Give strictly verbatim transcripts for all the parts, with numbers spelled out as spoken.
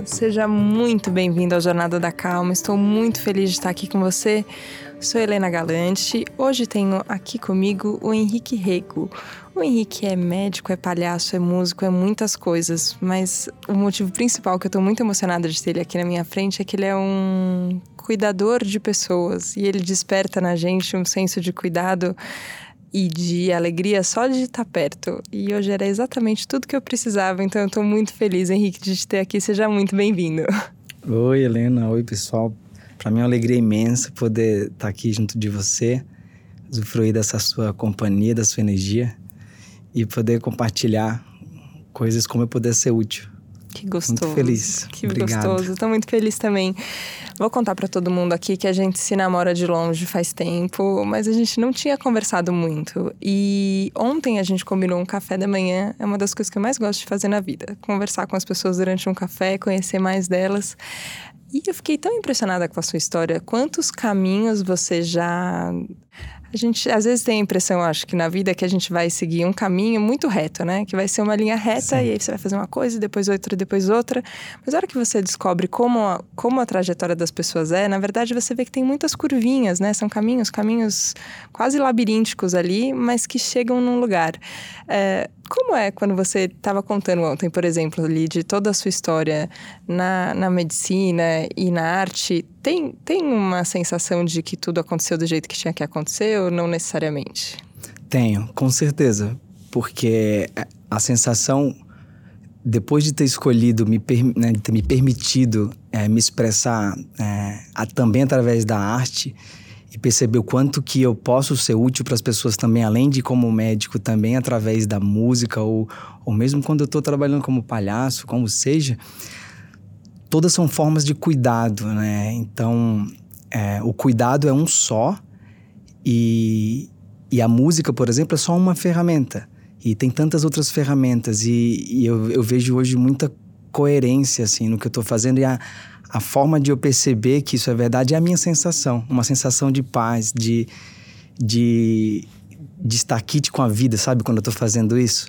Olá, seja muito bem-vindo ao Jornada da Calma. Estou muito feliz de estar aqui com você. Sou Helena Galante. Hoje tenho aqui comigo o Henrique Rego. O Henrique é médico, é palhaço, é músico, é muitas coisas, mas o motivo principal que eu estou muito emocionada de ter ele aqui na minha frente é que ele é um cuidador de pessoas e ele desperta na gente um senso de cuidado e de alegria só de estar perto. E hoje era exatamente tudo que eu precisava, então eu estou muito feliz, Henrique, de te ter aqui. Seja muito bem-vindo. Oi, Helena. Oi, pessoal. Para mim é uma alegria imensa poder estar aqui junto de você, usufruir dessa sua companhia, da sua energia e poder compartilhar coisas como eu puder ser útil. Que gostoso. Muito feliz. Que Obrigado. gostoso. Estou muito feliz também. Vou contar para todo mundo aqui que a gente se namora de longe faz tempo, mas a gente não tinha conversado muito. E ontem a gente combinou um café da manhã. É uma das coisas que eu mais gosto de fazer na vida. Conversar com as pessoas durante um café, conhecer mais delas. E eu fiquei tão impressionada com a sua história. Quantos caminhos você já... A gente, às vezes, tem a impressão, acho, que na vida que a gente vai seguir um caminho muito reto, né? Que vai ser uma linha reta. Sim. E aí você vai fazer uma coisa, depois outra, depois outra. Mas a hora que você descobre como a, como a trajetória das pessoas é, na verdade, você vê que tem muitas curvinhas, né? São caminhos, caminhos quase labirínticos ali, mas que chegam num lugar. É, como é quando você estava contando ontem, por exemplo, ali, de toda a sua história na, na medicina e na arte, tem, tem uma sensação de que tudo aconteceu do jeito que tinha que acontecer ou não necessariamente? Tenho, com certeza. Porque a sensação, depois de ter escolhido, me, né, de ter me permitido é, me expressar é, a, também através da arte e perceber o quanto que eu posso ser útil para as pessoas também, além de como médico, também através da música ou, ou mesmo quando eu estou trabalhando como palhaço, como seja, todas são formas de cuidado, né? Então, é, o cuidado é um só e, e a música, por exemplo, é só uma ferramenta. E tem tantas outras ferramentas e, e eu, eu vejo hoje muita coerência, assim, no que eu estou fazendo e a, a forma de eu perceber que isso é verdade é a minha sensação. Uma sensação de paz, de, de, de estar quite com a vida, sabe? Quando eu estou fazendo isso.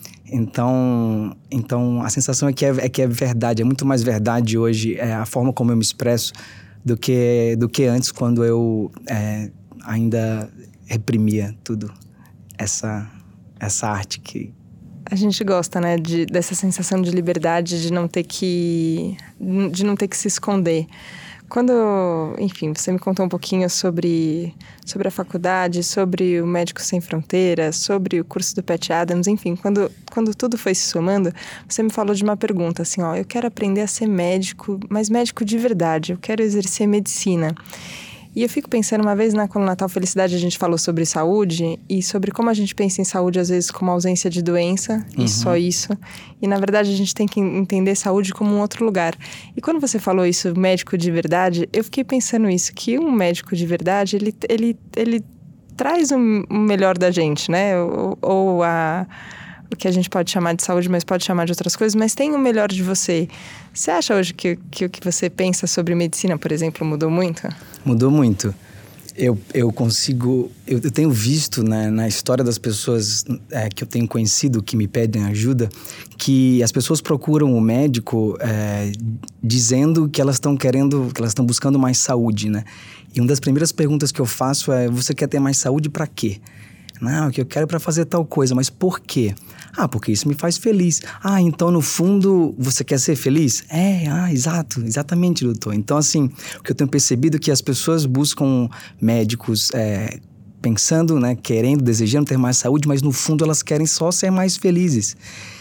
Então, então a sensação é que é, é que é verdade, é muito mais verdade hoje é a forma como eu me expresso do que, do que antes, quando eu é, ainda reprimia tudo, essa, essa arte que... A gente gosta, né, de, dessa sensação de liberdade, de não ter que, de não ter que se esconder. Quando, enfim, você me contou um pouquinho sobre, sobre a faculdade, sobre o Médicos Sem Fronteiras, sobre o curso do Pat Adams, enfim, quando, quando tudo foi se somando, você me falou de uma pergunta, assim, ó, eu quero aprender a ser médico, mas médico de verdade, eu quero exercer medicina. E eu fico pensando, uma vez na Coluna Natal Felicidade a gente falou sobre saúde e sobre como a gente pensa em saúde às vezes como ausência de doença e uhum. só isso. E na verdade a gente tem que entender saúde como um outro lugar. E quando você falou isso, médico de verdade, eu fiquei pensando isso, que um médico de verdade, ele, ele, ele traz o melhor da gente, né? Ou, ou a... o que a gente pode chamar de saúde, mas pode chamar de outras coisas, mas tem o melhor de você. Você acha hoje que, que o que você pensa sobre medicina, por exemplo, mudou muito? Mudou muito. Eu, eu consigo... Eu, eu tenho visto, né, na história das pessoas é, que eu tenho conhecido, que me pedem ajuda, que as pessoas procuram o médico é, dizendo que elas estão querendo, que elas estão buscando mais saúde, né? E uma das primeiras perguntas que eu faço é, você quer ter mais saúde para quê? Não, que eu quero para fazer tal coisa, mas por quê? Ah, porque isso me faz feliz. Ah, então no fundo você quer ser feliz? É, ah, exato, exatamente, doutor. Então assim, o que eu tenho percebido é que as pessoas buscam médicos é, pensando, né, querendo, desejando ter mais saúde, mas no fundo elas querem só ser mais felizes.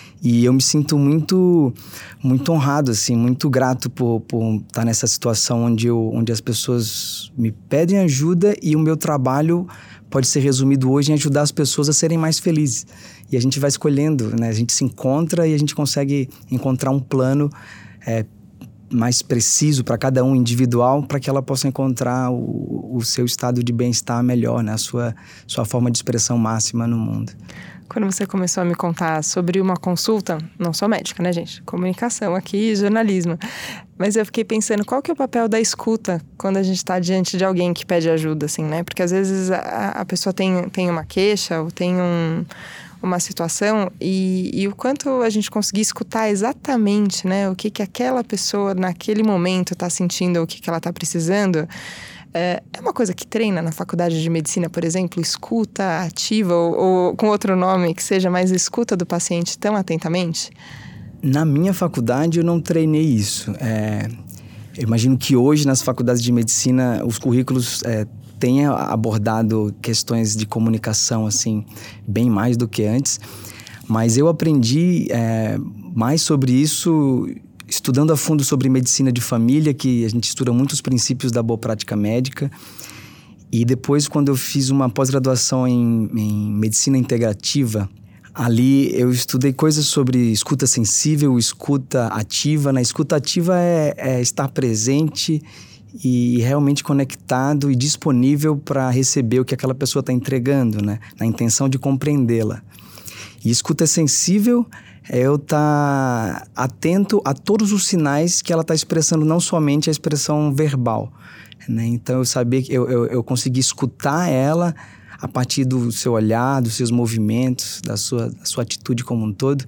E eu me sinto muito, muito honrado, assim, muito grato por, por estar nessa situação onde, eu, onde as pessoas me pedem ajuda e o meu trabalho pode ser resumido hoje em ajudar as pessoas a serem mais felizes. E a gente vai escolhendo, né? A gente se encontra e a gente consegue encontrar um plano é, mais preciso para cada um, individual, para que ela possa encontrar o, o seu estado de bem-estar melhor, né? A sua, sua forma de expressão máxima no mundo. Quando você começou a me contar sobre uma consulta, não sou médica, né, gente? Comunicação aqui, jornalismo. Mas eu fiquei pensando, qual que é o papel da escuta quando a gente está diante de alguém que pede ajuda, assim, né? Porque às vezes a, a pessoa tem, tem uma queixa ou tem um, uma situação e, e o quanto a gente conseguir escutar exatamente, né, o que, que aquela pessoa naquele momento está sentindo, o que, que ela está precisando, é, é uma coisa que treina na faculdade de medicina, por exemplo, escuta ativa ou, ou com outro nome que seja, mais escuta do paciente tão atentamente? Na minha faculdade eu não treinei isso. É, eu imagino que hoje nas faculdades de medicina os currículos é, tenha abordado questões de comunicação, assim, bem mais do que antes. Mas eu aprendi é, mais sobre isso estudando a fundo sobre medicina de família, que a gente estuda muitos princípios da boa prática médica. E depois, quando eu fiz uma pós-graduação em, em medicina integrativa, ali eu estudei coisas sobre escuta sensível, escuta ativa. Na escuta ativa é, é estar presente e realmente conectado e disponível para receber o que aquela pessoa está entregando, né? Na intenção de compreendê-la. E escuta sensível é eu estar tá atento a todos os sinais que ela está expressando, não somente a expressão verbal, né? Então eu sabia que eu, eu, eu consegui escutar ela a partir do seu olhar, dos seus movimentos, da sua, da sua atitude como um todo.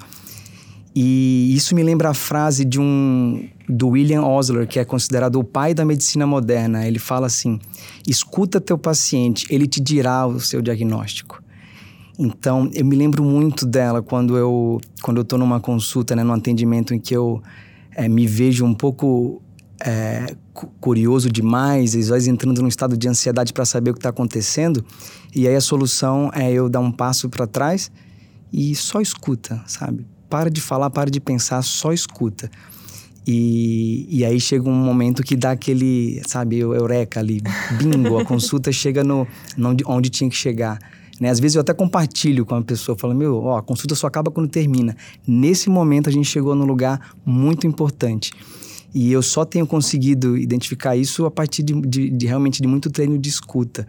E isso me lembra a frase de um, do William Osler, que é considerado o pai da medicina moderna. Ele fala assim: escuta teu paciente, ele te dirá o seu diagnóstico. Então, eu me lembro muito dela quando eu quando eu estou numa consulta, né, num atendimento em que eu é, me vejo um pouco é, curioso demais, às vezes entrando num estado de ansiedade para saber o que está acontecendo. E aí a solução é eu dar um passo para trás e só escuta, sabe? Para de falar, para de pensar, só escuta. E, e aí chega um momento que dá aquele, sabe, o eureka ali, bingo, a consulta chega no, no, onde tinha que chegar. Né? Às vezes eu até compartilho com a pessoa, falo, meu, ó, a consulta só acaba quando termina. Nesse momento a gente chegou num lugar muito importante. E eu só tenho conseguido identificar isso a partir de, de, de realmente de muito treino de escuta.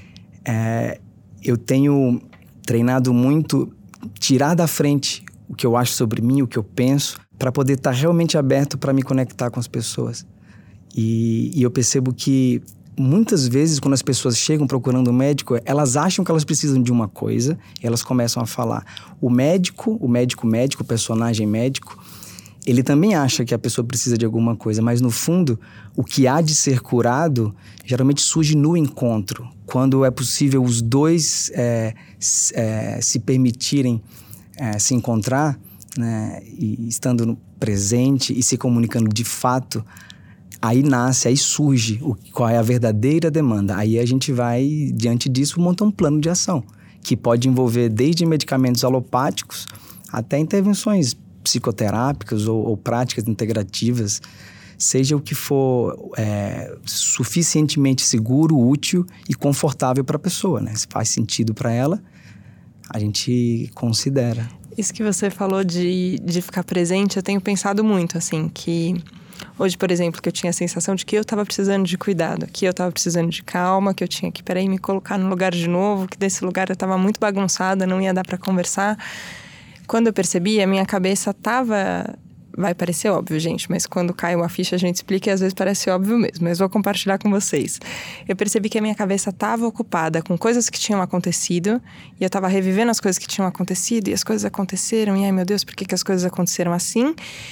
É, eu tenho treinado muito tirar da frente o que eu acho sobre mim, o que eu penso, para poder estar realmente aberto para me conectar com as pessoas. E, e eu percebo que muitas vezes, quando as pessoas chegam procurando um médico, elas acham que elas precisam de uma coisa e elas começam a falar. O médico, o médico médico, o personagem médico, ele também acha que a pessoa precisa de alguma coisa, mas no fundo, o que há de ser curado geralmente surge no encontro, quando é possível os dois é, é, se permitirem É, se encontrar, né, e estando no presente e se comunicando de fato, aí nasce, aí surge o, qual é a verdadeira demanda. Aí a gente vai, diante disso, montar um plano de ação, que pode envolver desde medicamentos alopáticos até intervenções psicoterápicas ou, ou práticas integrativas, seja o que for é, suficientemente seguro, útil e confortável para a pessoa, né? Se faz sentido para ela, a gente considera. Isso que você falou de, de ficar presente, eu tenho pensado muito, assim, que hoje, por exemplo, que eu tinha a sensação de que eu estava precisando de cuidado, que eu estava precisando de calma, que eu tinha que, peraí, me colocar no lugar de novo, que desse lugar eu estava muito bagunçada, não ia dar para conversar. Quando eu percebi, a minha cabeça estava... Vai parecer óbvio, gente, mas quando cai uma ficha a gente explica e às vezes parece óbvio mesmo, mas vou compartilhar com vocês. Eu percebi que a minha cabeça estava ocupada com coisas que tinham acontecido e eu estava revivendo as coisas que tinham acontecido e as coisas aconteceram e ai meu Deus, por que, que as coisas aconteceram assim?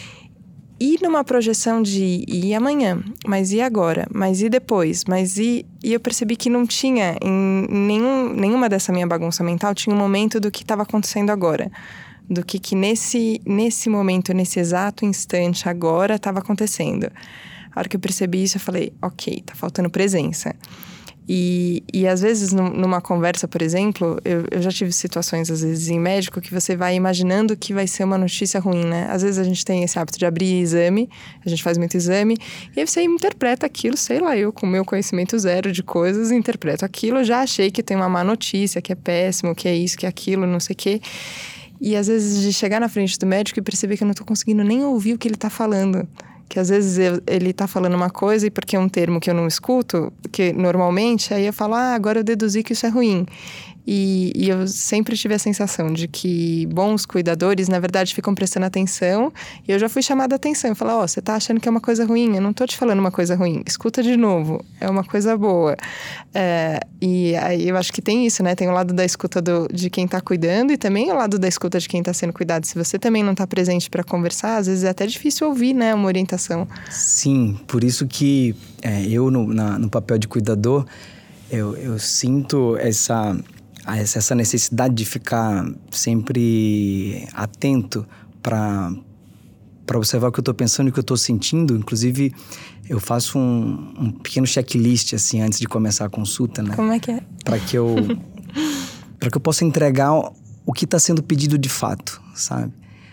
E numa projeção de e amanhã, mas e agora, mas e depois, mas e... E eu percebi que não tinha, em nenhum, nenhuma dessa minha bagunça mental, tinha um momento do que estava acontecendo agora. Do que que nesse, nesse momento, nesse exato instante, agora estava acontecendo. A hora que eu percebi isso, eu falei, ok, tá faltando presença. E, e às vezes, numa conversa, por exemplo, eu, eu já tive situações, às vezes, em médico, que você vai imaginando que vai ser uma notícia ruim, né? Às vezes a gente tem esse hábito de abrir exame, a gente faz muito exame, e aí você interpreta aquilo, sei lá, eu com o meu conhecimento zero de coisas, interpreto aquilo, já achei que tem uma má notícia, que é péssimo, que é isso, que é aquilo, não sei o quê. E às vezes de chegar na frente do médico e perceber que eu não tô conseguindo nem ouvir o que ele tá falando. Que às vezes eu, ele tá falando uma coisa e porque é um termo que eu não escuto, que normalmente, aí eu falo, ah, agora eu deduzi que isso é ruim. E, e eu sempre tive a sensação de que bons cuidadores, na verdade, ficam prestando atenção. E eu já fui chamada a atenção. Eu falei, ó, oh, você tá achando que é uma coisa ruim? Eu não tô te falando uma coisa ruim. Escuta de novo. É uma coisa boa. É, e aí eu acho que tem isso, né? Tem o lado da escuta do, de quem tá cuidando e também o lado da escuta de quem tá sendo cuidado. Se você também não tá presente para conversar, às vezes é até difícil ouvir, né? Uma orientação. Sim, por isso que é, eu, no, na, no papel de cuidador, eu, eu sinto essa... essa necessidade de ficar sempre atento para para observar o que eu estou pensando e o que eu estou sentindo. Inclusive, eu faço um, um pequeno checklist, assim, antes de começar a consulta, né? Como é que é? Para que eu, para que eu possa entregar o que está sendo pedido de fato, sabe?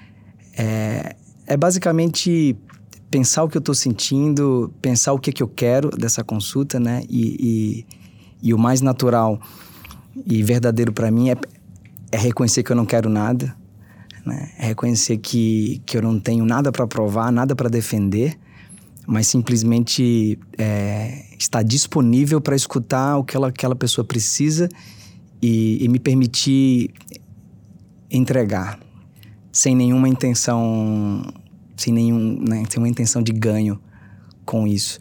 É, é basicamente pensar o que eu estou sentindo, pensar o que, é que eu quero dessa consulta, né? E, e, e o mais natural e verdadeiro para mim é, é reconhecer que eu não quero nada, né? É reconhecer que, que eu não tenho nada para provar, nada para defender, mas simplesmente é, estar disponível para escutar o que ela, aquela pessoa precisa e, e me permitir entregar, sem nenhuma intenção, sem, nenhum, né, sem uma intenção de ganho com isso.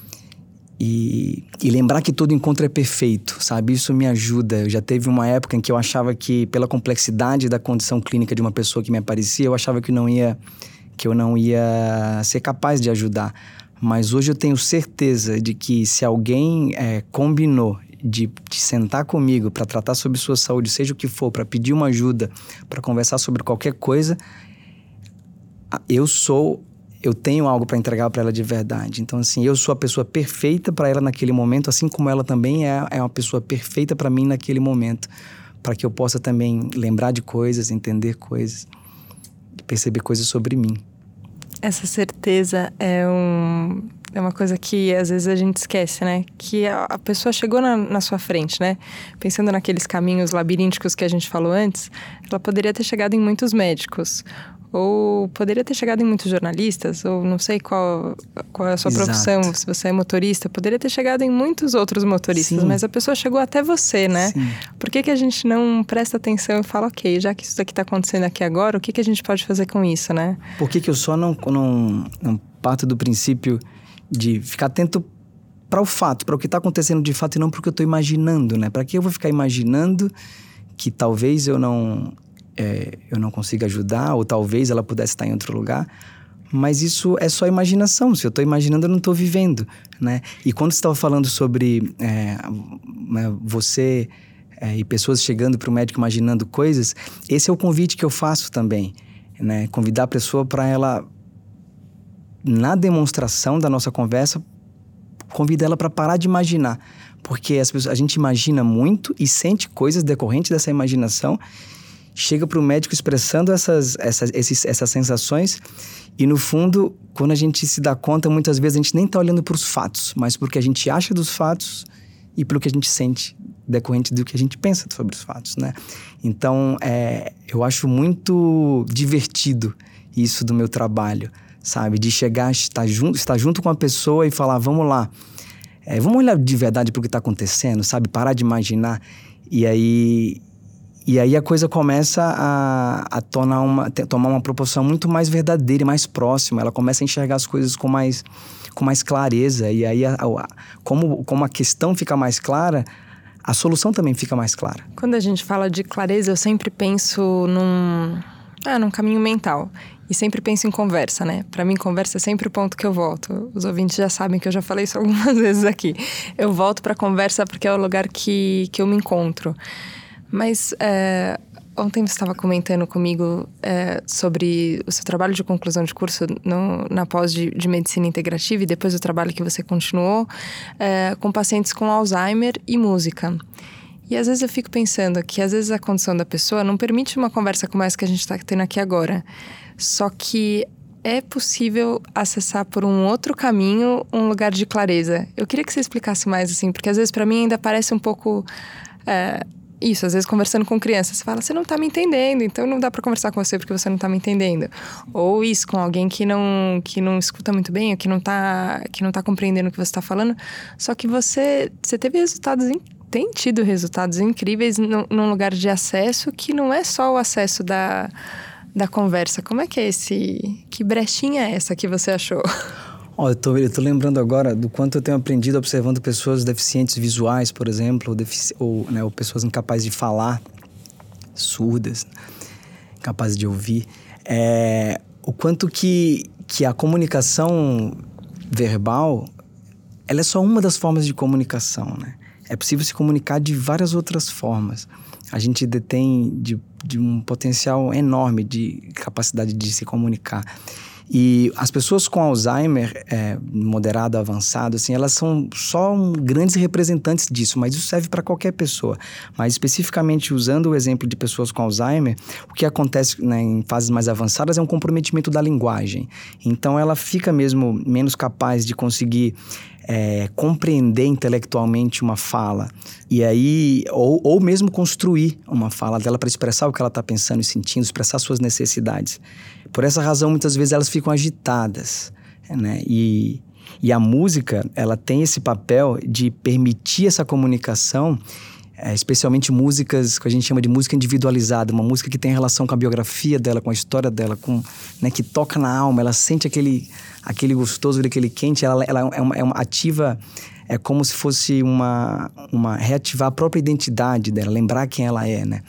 E, e lembrar que todo encontro é perfeito, sabe? Isso me ajuda. Eu já teve uma época em que eu achava que, pela complexidade da condição clínica de uma pessoa que me aparecia, eu achava que, não ia, que eu não ia ser capaz de ajudar. Mas hoje eu tenho certeza de que se alguém é, combinou de, de sentar comigo para tratar sobre sua saúde, seja o que for, para pedir uma ajuda, para conversar sobre qualquer coisa, eu sou... eu tenho algo para entregar para ela de verdade. Então, assim, eu sou a pessoa perfeita para ela naquele momento, assim como ela também é, é uma pessoa perfeita para mim naquele momento, para que eu possa também lembrar de coisas, entender coisas, perceber coisas sobre mim. Essa certeza é, um, é uma coisa que às vezes a gente esquece, né? Que a, a pessoa chegou na, na sua frente, né? Pensando naqueles caminhos labirínticos que a gente falou antes, ela poderia ter chegado em muitos médicos, ou poderia ter chegado em muitos jornalistas, ou não sei qual, qual é a sua Exato. profissão, se você é motorista, poderia ter chegado em muitos outros motoristas, Sim. Mas a pessoa chegou até você, né? Sim. Por que que a gente não presta atenção e fala, ok, já que isso daqui está acontecendo aqui agora, o que que a gente pode fazer com isso, né? Por que que eu só não, não, não parto do princípio de ficar atento para o fato, para o que está acontecendo de fato e não para o que eu estou imaginando, né? Para que eu vou ficar imaginando que talvez eu não... É, eu não consiga ajudar, ou talvez ela pudesse estar em outro lugar, mas isso é só imaginação. Se eu estou imaginando, eu não estou vivendo, né? E quando você estava falando sobre é, você é, e pessoas chegando para o médico imaginando coisas, esse é o convite que eu faço também, né? Convidar a pessoa para ela, na demonstração da nossa conversa, convidar ela para parar de imaginar, porque as pessoas, a gente imagina muito e sente coisas decorrentes dessa imaginação. Chega para o médico expressando essas, essas, esses, essas sensações e, no fundo, quando a gente se dá conta, muitas vezes a gente nem está olhando para os fatos, mas para o que a gente acha dos fatos e pelo que a gente sente decorrente do que a gente pensa sobre os fatos, né? Então, é, eu acho muito divertido isso do meu trabalho, sabe? De chegar, estar junto, estar junto com a pessoa e falar, vamos lá, é, vamos olhar de verdade para o que está acontecendo, sabe? Parar de imaginar. E aí... E aí a coisa começa a, a tornar uma, tomar uma proporção muito mais verdadeira e mais próxima. Ela começa a enxergar as coisas com mais, com mais clareza. E aí, a, a, como, como a questão fica mais clara, a solução também fica mais clara. Quando a gente fala de clareza, eu sempre penso num, ah, num caminho mental. E sempre penso em conversa, né? Pra mim, conversa é sempre o ponto que eu volto. Os ouvintes já sabem que eu já falei isso algumas vezes aqui. Eu volto pra conversa porque é o lugar que, que eu me encontro. Mas é, ontem você estava comentando comigo é, sobre o seu trabalho de conclusão de curso no, na pós de, de medicina integrativa e depois o trabalho que você continuou é, com pacientes com Alzheimer e música. E às vezes eu fico pensando que às vezes a condição da pessoa não permite uma conversa como essa que a gente está tendo aqui agora. Só que é possível acessar por um outro caminho um lugar de clareza. Eu queria que você explicasse mais, assim, porque às vezes para mim ainda parece um pouco... É, Isso, às vezes conversando com crianças, você fala, você não tá me entendendo, então não dá pra conversar com você porque você não tá me entendendo. Ou isso, com alguém que não, que não escuta muito bem, ou que não tá, que não tá compreendendo o que você tá falando, só que você, você teve resultados tem tido resultados incríveis no, num lugar de acesso que não é só o acesso da, da conversa. Como é que é esse... Que brechinha é essa que você achou? Oh, eu, tô, eu tô lembrando agora do quanto eu tenho aprendido observando pessoas deficientes visuais, por exemplo, ou, defici- ou, né, ou pessoas incapazes de falar, surdas, incapazes de ouvir. É, o quanto que, que a comunicação verbal, ela é só uma das formas de comunicação, né? É possível se comunicar de várias outras formas. A gente detém de, de um potencial enorme de capacidade de se comunicar. E as pessoas com Alzheimer, é, moderado, avançado, assim, elas são só um, grandes representantes disso, mas isso serve para qualquer pessoa. Mas especificamente usando o exemplo de pessoas com Alzheimer, o que acontece, né, em fases mais avançadas é um comprometimento da linguagem. Então ela fica mesmo menos capaz de conseguir é, compreender intelectualmente uma fala. E aí, ou, ou mesmo construir uma fala dela para expressar o que ela está pensando e sentindo, expressar suas necessidades. Por essa razão, muitas vezes elas ficam agitadas, né? E, e a música, ela tem esse papel de permitir essa comunicação, é, especialmente músicas que a gente chama de música individualizada, uma música que tem relação com a biografia dela, com a história dela, com, né, que toca na alma, ela sente aquele, aquele gostoso, aquele quente, ela, ela é, uma, é uma ativa, é como se fosse uma, uma reativar a própria identidade dela, lembrar quem ela é, né?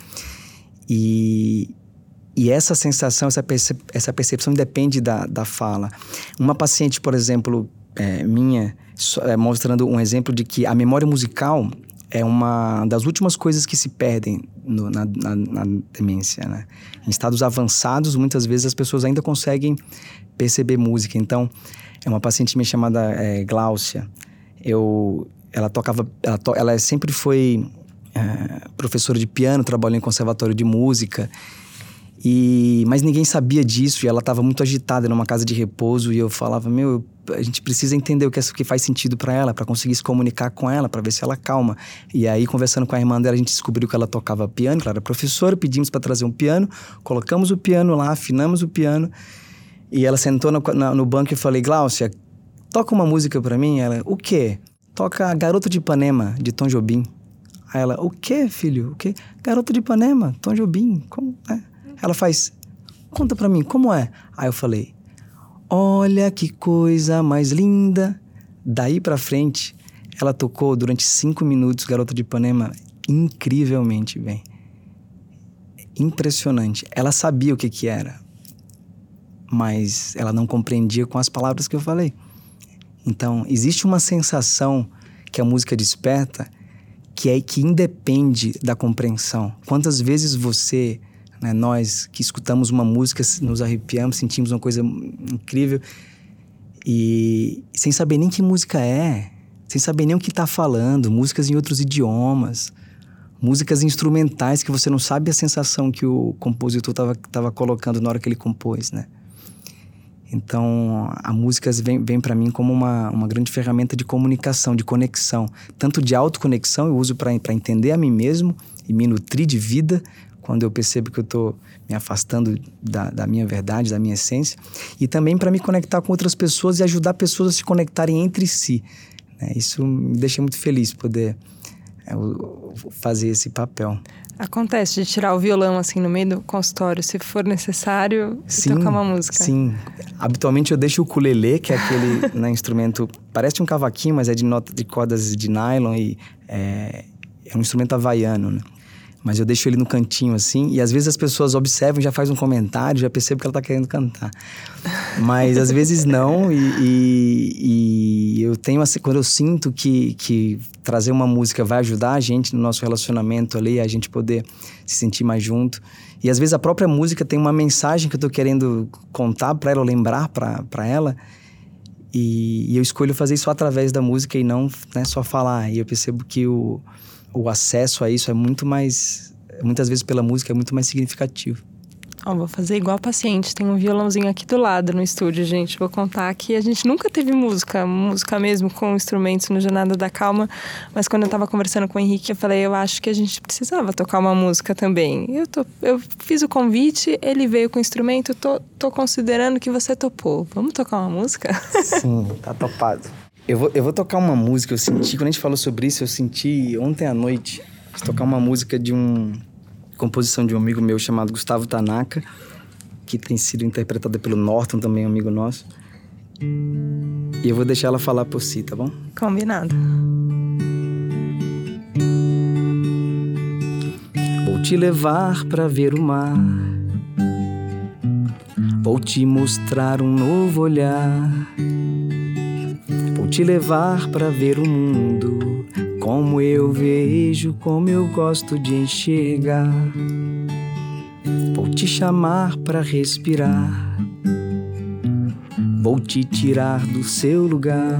E... E essa sensação, essa, percep- essa percepção depende da, da fala. Uma paciente, por exemplo, é, minha, so, é, mostrando um exemplo de que a memória musical é uma das últimas coisas que se perdem no, na, na, na demência, né? Em estados avançados, muitas vezes as pessoas ainda conseguem perceber música. Então, é uma paciente minha chamada é, Gláucia. Eu, ela tocava... Ela, to, ela sempre foi é, professora de piano, trabalhou em conservatório de música... E, mas ninguém sabia disso e ela estava muito agitada numa casa de repouso e eu falava, meu, a gente precisa entender o que, é, o que faz sentido para ela, para conseguir se comunicar com ela, para ver se ela calma. E aí, conversando com a irmã dela, a gente descobriu que ela tocava piano, que ela era professora, pedimos para trazer um piano, colocamos o piano lá, afinamos o piano e ela sentou no, na, no banco e eu falei, Gláucia, toca uma música para mim. Ela, o quê? Toca Garota de Ipanema, de Tom Jobim. Aí ela, o quê, filho? O quê? Garota de Ipanema, Tom Jobim, como é? Ela faz, conta pra mim, como é? Aí eu falei, olha que coisa mais linda. Daí pra frente, ela tocou durante cinco minutos Garota de Ipanema incrivelmente bem. Impressionante. Ela sabia o que que era, mas ela não compreendia com as palavras que eu falei. Então, existe uma sensação que a música desperta que é que independe da compreensão. Quantas vezes você... Né, nós que escutamos uma música, nos arrepiamos, sentimos uma coisa incrível e sem saber nem que música é, sem saber nem o que está falando, músicas em outros idiomas, músicas instrumentais que você não sabe a sensação que o compositor estava tava colocando na hora que ele compôs, né? Então, a música vem, vem para mim como uma, uma grande ferramenta de comunicação, de conexão, tanto de autoconexão, eu uso para entender a mim mesmo e me nutrir de vida, quando eu percebo que eu estou me afastando da, da minha verdade, da minha essência, e também para me conectar com outras pessoas e ajudar pessoas a se conectarem entre si. Né? Isso me deixa muito feliz poder é, fazer esse papel. Acontece de tirar o violão assim no meio do consultório, se for necessário, sim, e tocar uma música? Sim, habitualmente eu deixo o ukulele, que é aquele né, instrumento, parece um cavaquinho, mas é de, nota, de cordas de nylon e é, é um instrumento havaiano, né? Mas eu deixo ele no cantinho, assim, e às vezes as pessoas observam, já faz um comentário, já percebo que ela tá querendo cantar. Mas às vezes não, e, e, e eu tenho, assim, quando eu sinto que, que trazer uma música vai ajudar a gente no nosso relacionamento ali, a gente poder se sentir mais junto. E às vezes a própria música tem uma mensagem que eu tô querendo contar para ela, ou lembrar para ela, e, e eu escolho fazer isso através da música e não né, só falar. E eu percebo que o... o acesso a isso é muito mais, muitas vezes pela música, é muito mais significativo. Ó, vou fazer igual paciente, tem um violãozinho aqui do lado no estúdio, gente. Vou contar que a gente nunca teve música, música mesmo com instrumentos no Jornada da Calma, mas quando eu tava conversando com o Henrique, eu falei, eu acho que a gente precisava tocar uma música também. Eu, tô, eu fiz o convite, ele veio com o instrumento, tô, tô considerando que você topou. Vamos tocar uma música? Sim, tá topado. Eu vou, eu vou tocar uma música, eu senti, quando a gente falou sobre isso, eu senti ontem à noite, tocar uma música de um... composição de um amigo meu chamado Gustavo Tanaka, que tem sido interpretada pelo Norton, também um amigo nosso. E eu vou deixar ela falar por si, tá bom? Combinado. Vou te levar pra ver o mar, vou te mostrar um novo olhar, vou te levar pra ver o mundo como eu vejo, como eu gosto de enxergar. Vou te chamar pra respirar, vou te tirar do seu lugar,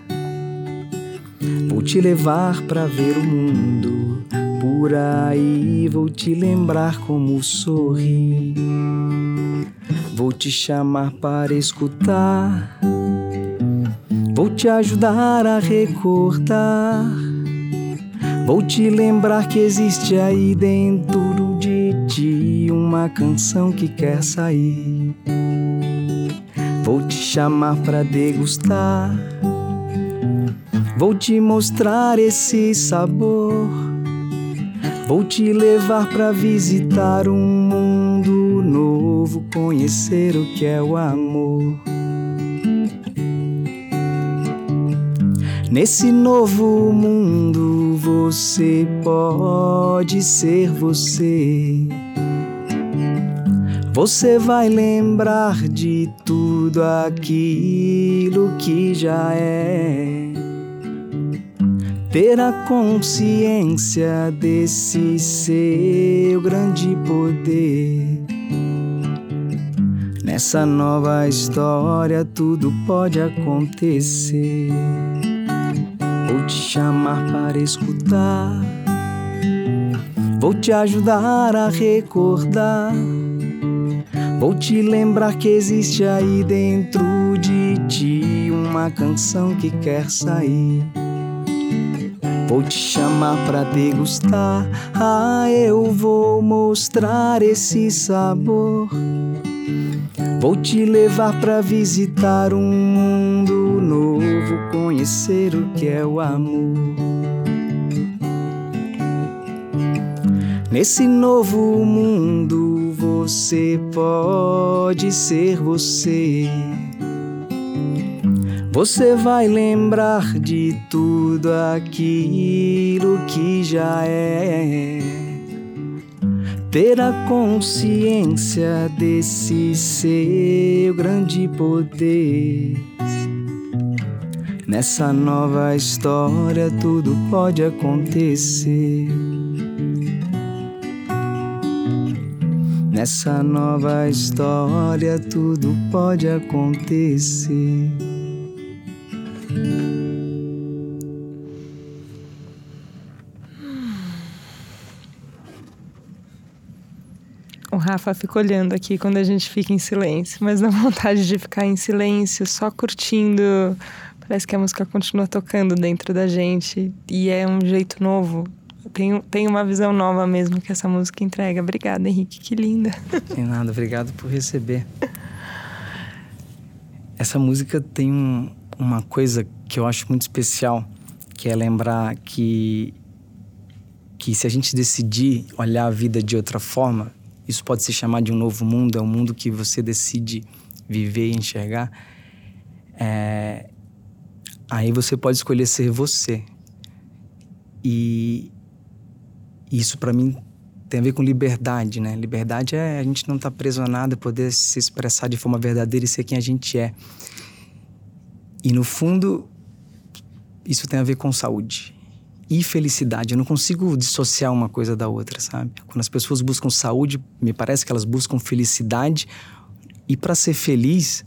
vou te levar pra ver o mundo por aí, vou te lembrar como sorri, vou te chamar para escutar, vou te ajudar a recordar, vou te lembrar que existe aí dentro de ti uma canção que quer sair. Vou te chamar pra degustar, vou te mostrar esse sabor, vou te levar pra visitar um mundo novo, conhecer o que é o amor. Nesse novo mundo você pode ser você. Você vai lembrar de tudo aquilo que já é. Ter a consciência desse seu grande poder. Nessa nova história tudo pode acontecer. Vou te chamar para escutar, vou te ajudar a recordar, vou te lembrar que existe aí dentro de ti uma canção que quer sair. Vou te chamar pra degustar, ah, eu vou mostrar esse sabor. Vou te levar pra visitar um mundo novo, conhecer o que é o amor. Nesse novo mundo você pode ser você. Você vai lembrar de tudo aquilo que já é. Ter a consciência desse seu grande poder. Nessa nova história tudo pode acontecer. Nessa nova história tudo pode acontecer. O Rafa fica olhando aqui quando a gente fica em silêncio, mas dá vontade de ficar em silêncio, só curtindo. Parece que a música continua tocando dentro da gente e é um jeito novo. Tem, tem uma visão nova mesmo que essa música entrega. Obrigada, Henrique, que linda. Sem nada, obrigado por receber. Essa música tem um, uma coisa que eu acho muito especial, que é lembrar que, que se a gente decidir olhar a vida de outra forma, isso pode se chamar de um novo mundo, é um mundo que você decide viver e enxergar. É, aí você pode escolher ser você. E isso para mim tem a ver com liberdade, né? Liberdade é a gente não estar preso a nada, poder se expressar de forma verdadeira e ser quem a gente é. E no fundo, isso tem a ver com saúde e felicidade. Eu não consigo dissociar uma coisa da outra, sabe? Quando as pessoas buscam saúde, me parece que elas buscam felicidade. E para ser feliz,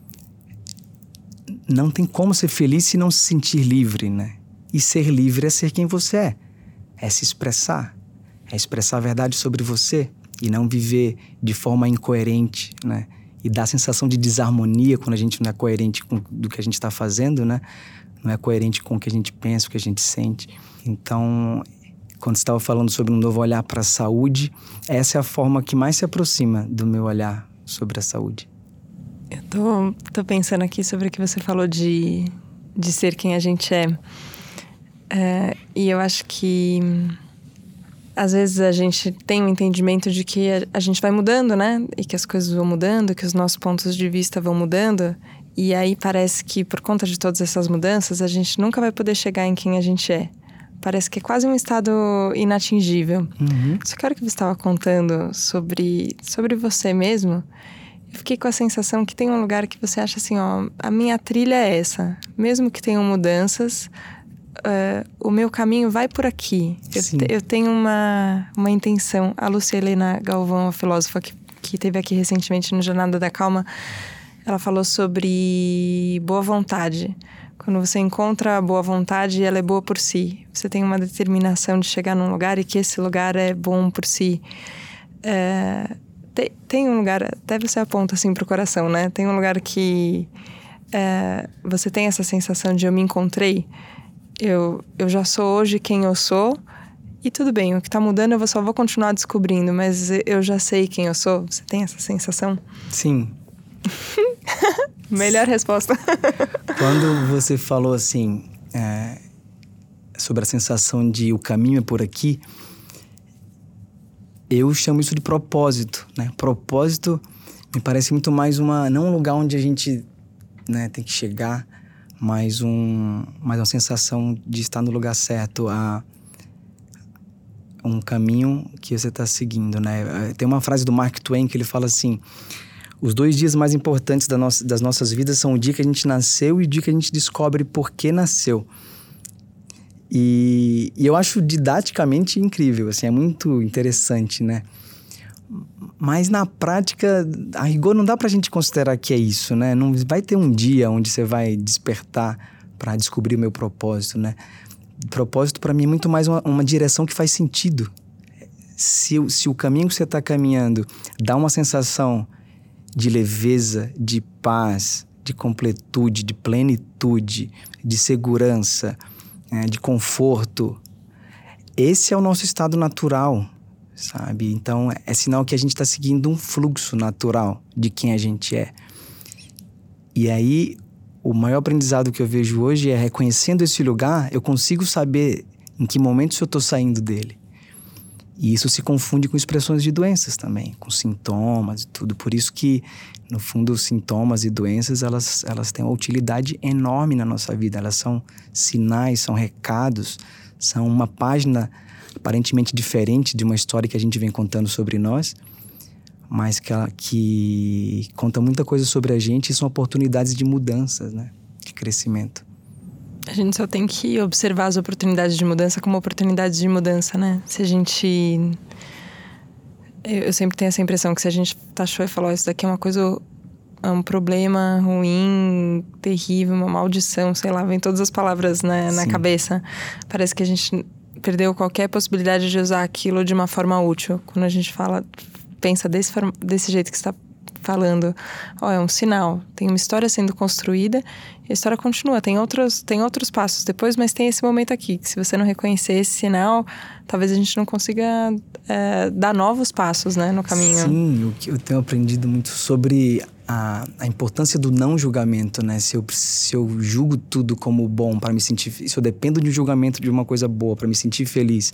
não tem como ser feliz se não se sentir livre, né? E ser livre é ser quem você é. É se expressar. É expressar a verdade sobre você e não viver de forma incoerente, né? E dar a sensação de desarmonia quando a gente não é coerente com do que a gente está fazendo, né? Não é coerente com o que a gente pensa, o que a gente sente. Então, quando você estava falando sobre um novo olhar para a saúde, essa é a forma que mais se aproxima do meu olhar sobre a saúde. Eu tô, tô pensando aqui sobre o que você falou de, de ser quem a gente é. é. E eu acho que às vezes a gente tem um entendimento de que a, a gente vai mudando, né? E que as coisas vão mudando, que os nossos pontos de vista vão mudando. E aí parece que por conta de todas essas mudanças, a gente nunca vai poder chegar em quem a gente é. Parece que é quase um estado inatingível. Uhum. Só que a hora que você estava contando sobre, sobre você mesmo, eu fiquei com a sensação que tem um lugar que você acha assim, ó, a minha trilha é essa. Mesmo que tenham mudanças, uh, o meu caminho vai por aqui. Eu, eu tenho uma, uma intenção. A Lúcia Helena Galvão, a filósofa que, que esteve aqui recentemente no Jornada da Calma, ela falou sobre boa vontade. Quando você encontra a boa vontade, ela é boa por si. Você tem uma determinação de chegar num lugar e que esse lugar é bom por si. É, tem, tem um lugar, até você aponta assim pro coração, né? Tem um lugar que é, você tem essa sensação de eu me encontrei. Eu, eu já sou hoje quem eu sou. E tudo bem, o que tá mudando eu só vou continuar descobrindo. Mas eu já sei quem eu sou. Você tem essa sensação? Sim. Melhor resposta. Quando você falou assim, é, sobre a sensação de o caminho é por aqui, eu chamo isso de propósito, né? Propósito me parece muito mais uma, não um lugar onde a gente, né, tem que chegar, mas, um, mas uma sensação de estar no lugar certo, a, um caminho que você está seguindo, né? Tem uma frase do Mark Twain que ele fala assim: os dois dias mais importantes da nossa, das nossas vidas são o dia que a gente nasceu e o dia que a gente descobre por que nasceu. E, e eu acho didaticamente incrível, assim, é muito interessante, né? Mas na prática, a rigor, não dá pra gente considerar que é isso, né? Não vai ter um dia onde você vai despertar para descobrir o meu propósito, né? Propósito para mim é muito mais uma, uma direção que faz sentido. Se, se o caminho que você está caminhando dá uma sensação de leveza, de paz, de completude, de plenitude, de segurança, é, de conforto, esse é o nosso estado natural, sabe? Então, é sinal que a gente está seguindo um fluxo natural de quem a gente é. E aí, o maior aprendizado que eu vejo hoje é, reconhecendo esse lugar, eu consigo saber em que momento eu estou saindo dele. E isso se confunde com expressões de doenças também, com sintomas e tudo. Por isso que, no fundo, sintomas e doenças, elas, elas têm uma utilidade enorme na nossa vida. Elas são sinais, são recados, são uma página aparentemente diferente de uma história que a gente vem contando sobre nós, mas que, ela, que conta muita coisa sobre a gente e são oportunidades de mudanças, né? De crescimento. A gente só tem que observar as oportunidades de mudança como oportunidades de mudança, né? Se a gente... Eu sempre tenho essa impressão que se a gente taxou e falou, isso daqui é uma coisa... É um problema ruim, terrível, uma maldição, sei lá, vem todas as palavras, né, na cabeça. Parece que a gente perdeu qualquer possibilidade de usar aquilo de uma forma útil. Quando a gente fala, pensa desse, desse jeito que você está falando, ó, é um sinal, tem uma história sendo construída e a história continua, tem outros, tem outros passos depois, mas tem esse momento aqui, que se você não reconhecer esse sinal, talvez a gente não consiga é, dar novos passos, né, no caminho. Sim, o que eu tenho aprendido muito sobre a, a importância do não julgamento, né, se eu, se eu julgo tudo como bom para me sentir, se eu dependo de um julgamento de uma coisa boa para me sentir feliz,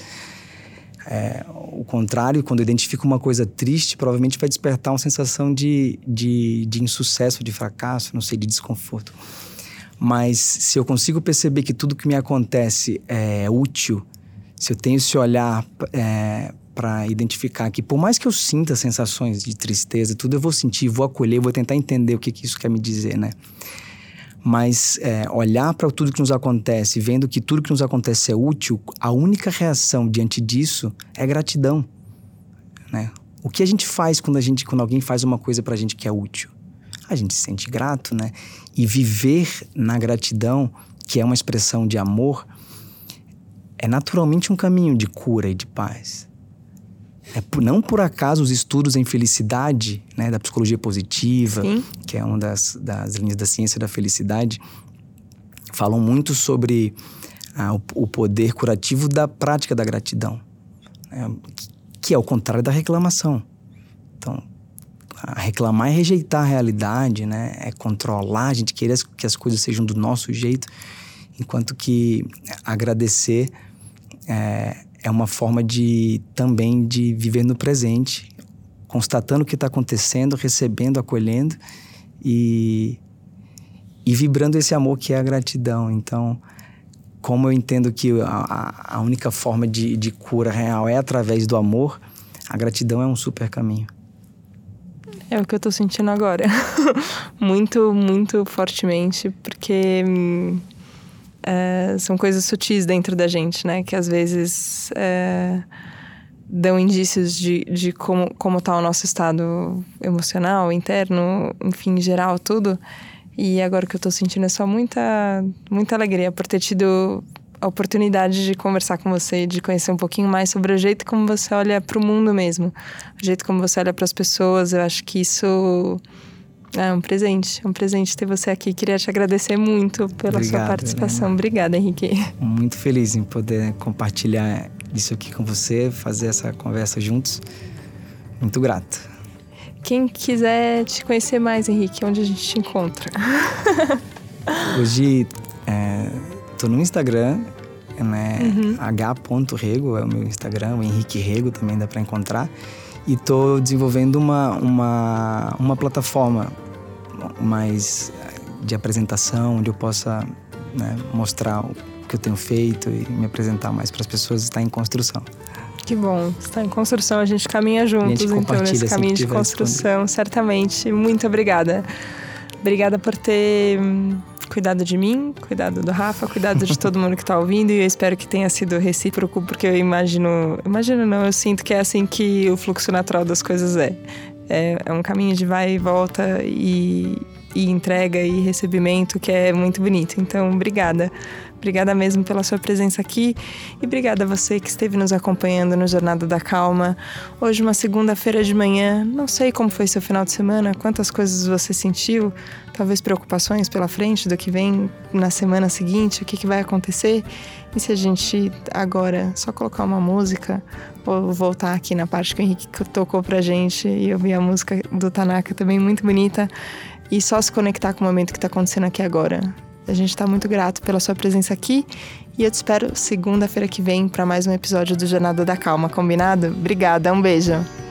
É, o contrário, quando eu identifico uma coisa triste, provavelmente vai despertar uma sensação de, de, de insucesso, de fracasso, não sei, de desconforto. Mas se eu consigo perceber que tudo que me acontece é útil, se eu tenho esse olhar é, para identificar que por mais que eu sinta sensações de tristeza, tudo eu vou sentir, vou acolher, vou tentar entender o que, que isso quer me dizer, né? Mas é, olhar para tudo que nos acontece, vendo que tudo que nos acontece é útil, a única reação diante disso é gratidão, né? O que a gente faz quando, a gente, quando alguém faz uma coisa pra gente que é útil? A gente se sente grato, né? E viver na gratidão, que é uma expressão de amor, é naturalmente um caminho de cura e de paz. É por, não por acaso os estudos em felicidade, né, da psicologia positiva, Sim. que é uma das, das linhas da ciência da felicidade, falam muito sobre ah, o, o poder curativo da prática da gratidão, né, que, que é o contrário da reclamação. Então, a reclamar é rejeitar a realidade, né? É controlar, a gente querer que as coisas sejam do nosso jeito, enquanto que agradecer é, é uma forma de também de viver no presente, constatando o que está acontecendo, recebendo, acolhendo e, e vibrando esse amor que é a gratidão. Então, como eu entendo que a, a única forma de, de cura real é através do amor, a gratidão é um super caminho. É o que eu tô sentindo agora. muito, muito fortemente, porque é, são coisas sutis dentro da gente, né? Que às vezes é, dão indícios de, de como, como tá o nosso estado emocional, interno, enfim, geral, tudo. E agora o que eu tô sentindo é só muita, muita alegria por ter tido a oportunidade de conversar com você, de conhecer um pouquinho mais sobre o jeito como você olha para o mundo mesmo, o jeito como você olha para as pessoas. Eu acho que isso é um presente, é um presente ter você aqui. Queria te agradecer muito pela Obrigado, sua participação. Helena. Obrigada, Henrique. Muito feliz em poder compartilhar isso aqui com você, fazer essa conversa juntos. Muito grato. Quem quiser te conhecer mais, Henrique, onde a gente te encontra? Hoje é, tô no Instagram, né? Uhum. h ponto rego é o meu Instagram, o Henrique Rego também dá para encontrar. E tô desenvolvendo uma, uma, uma plataforma mais de apresentação, onde eu possa, né, mostrar o que eu tenho feito e me apresentar mais para as pessoas. Está em construção. Que bom, está em construção, a gente caminha juntos, gente então, nesse caminho de construção, certamente. Muito obrigada. Obrigada por ter hum, cuidado de mim, cuidado do Rafa, cuidado de todo mundo que está ouvindo, e eu espero que tenha sido recíproco, porque eu imagino, imagino não, eu sinto que é assim que o fluxo natural das coisas é. É, é um caminho de vai e volta e, e entrega e recebimento que é muito bonito. Então, obrigada. Obrigada mesmo pela sua presença aqui e obrigada a você que esteve nos acompanhando no Jornada da Calma. Hoje, uma segunda-feira de manhã, não sei como foi seu final de semana, quantas coisas você sentiu, talvez preocupações pela frente do que vem na semana seguinte, o que, que vai acontecer. E se a gente agora só colocar uma música ou voltar aqui na parte que o Henrique tocou pra gente e ouvir a música do Tanaka também muito bonita e só se conectar com o momento que tá acontecendo aqui agora. A gente está muito grato pela sua presença aqui e eu te espero segunda-feira que vem para mais um episódio do Jornada da Calma, combinado? Obrigada, um beijo!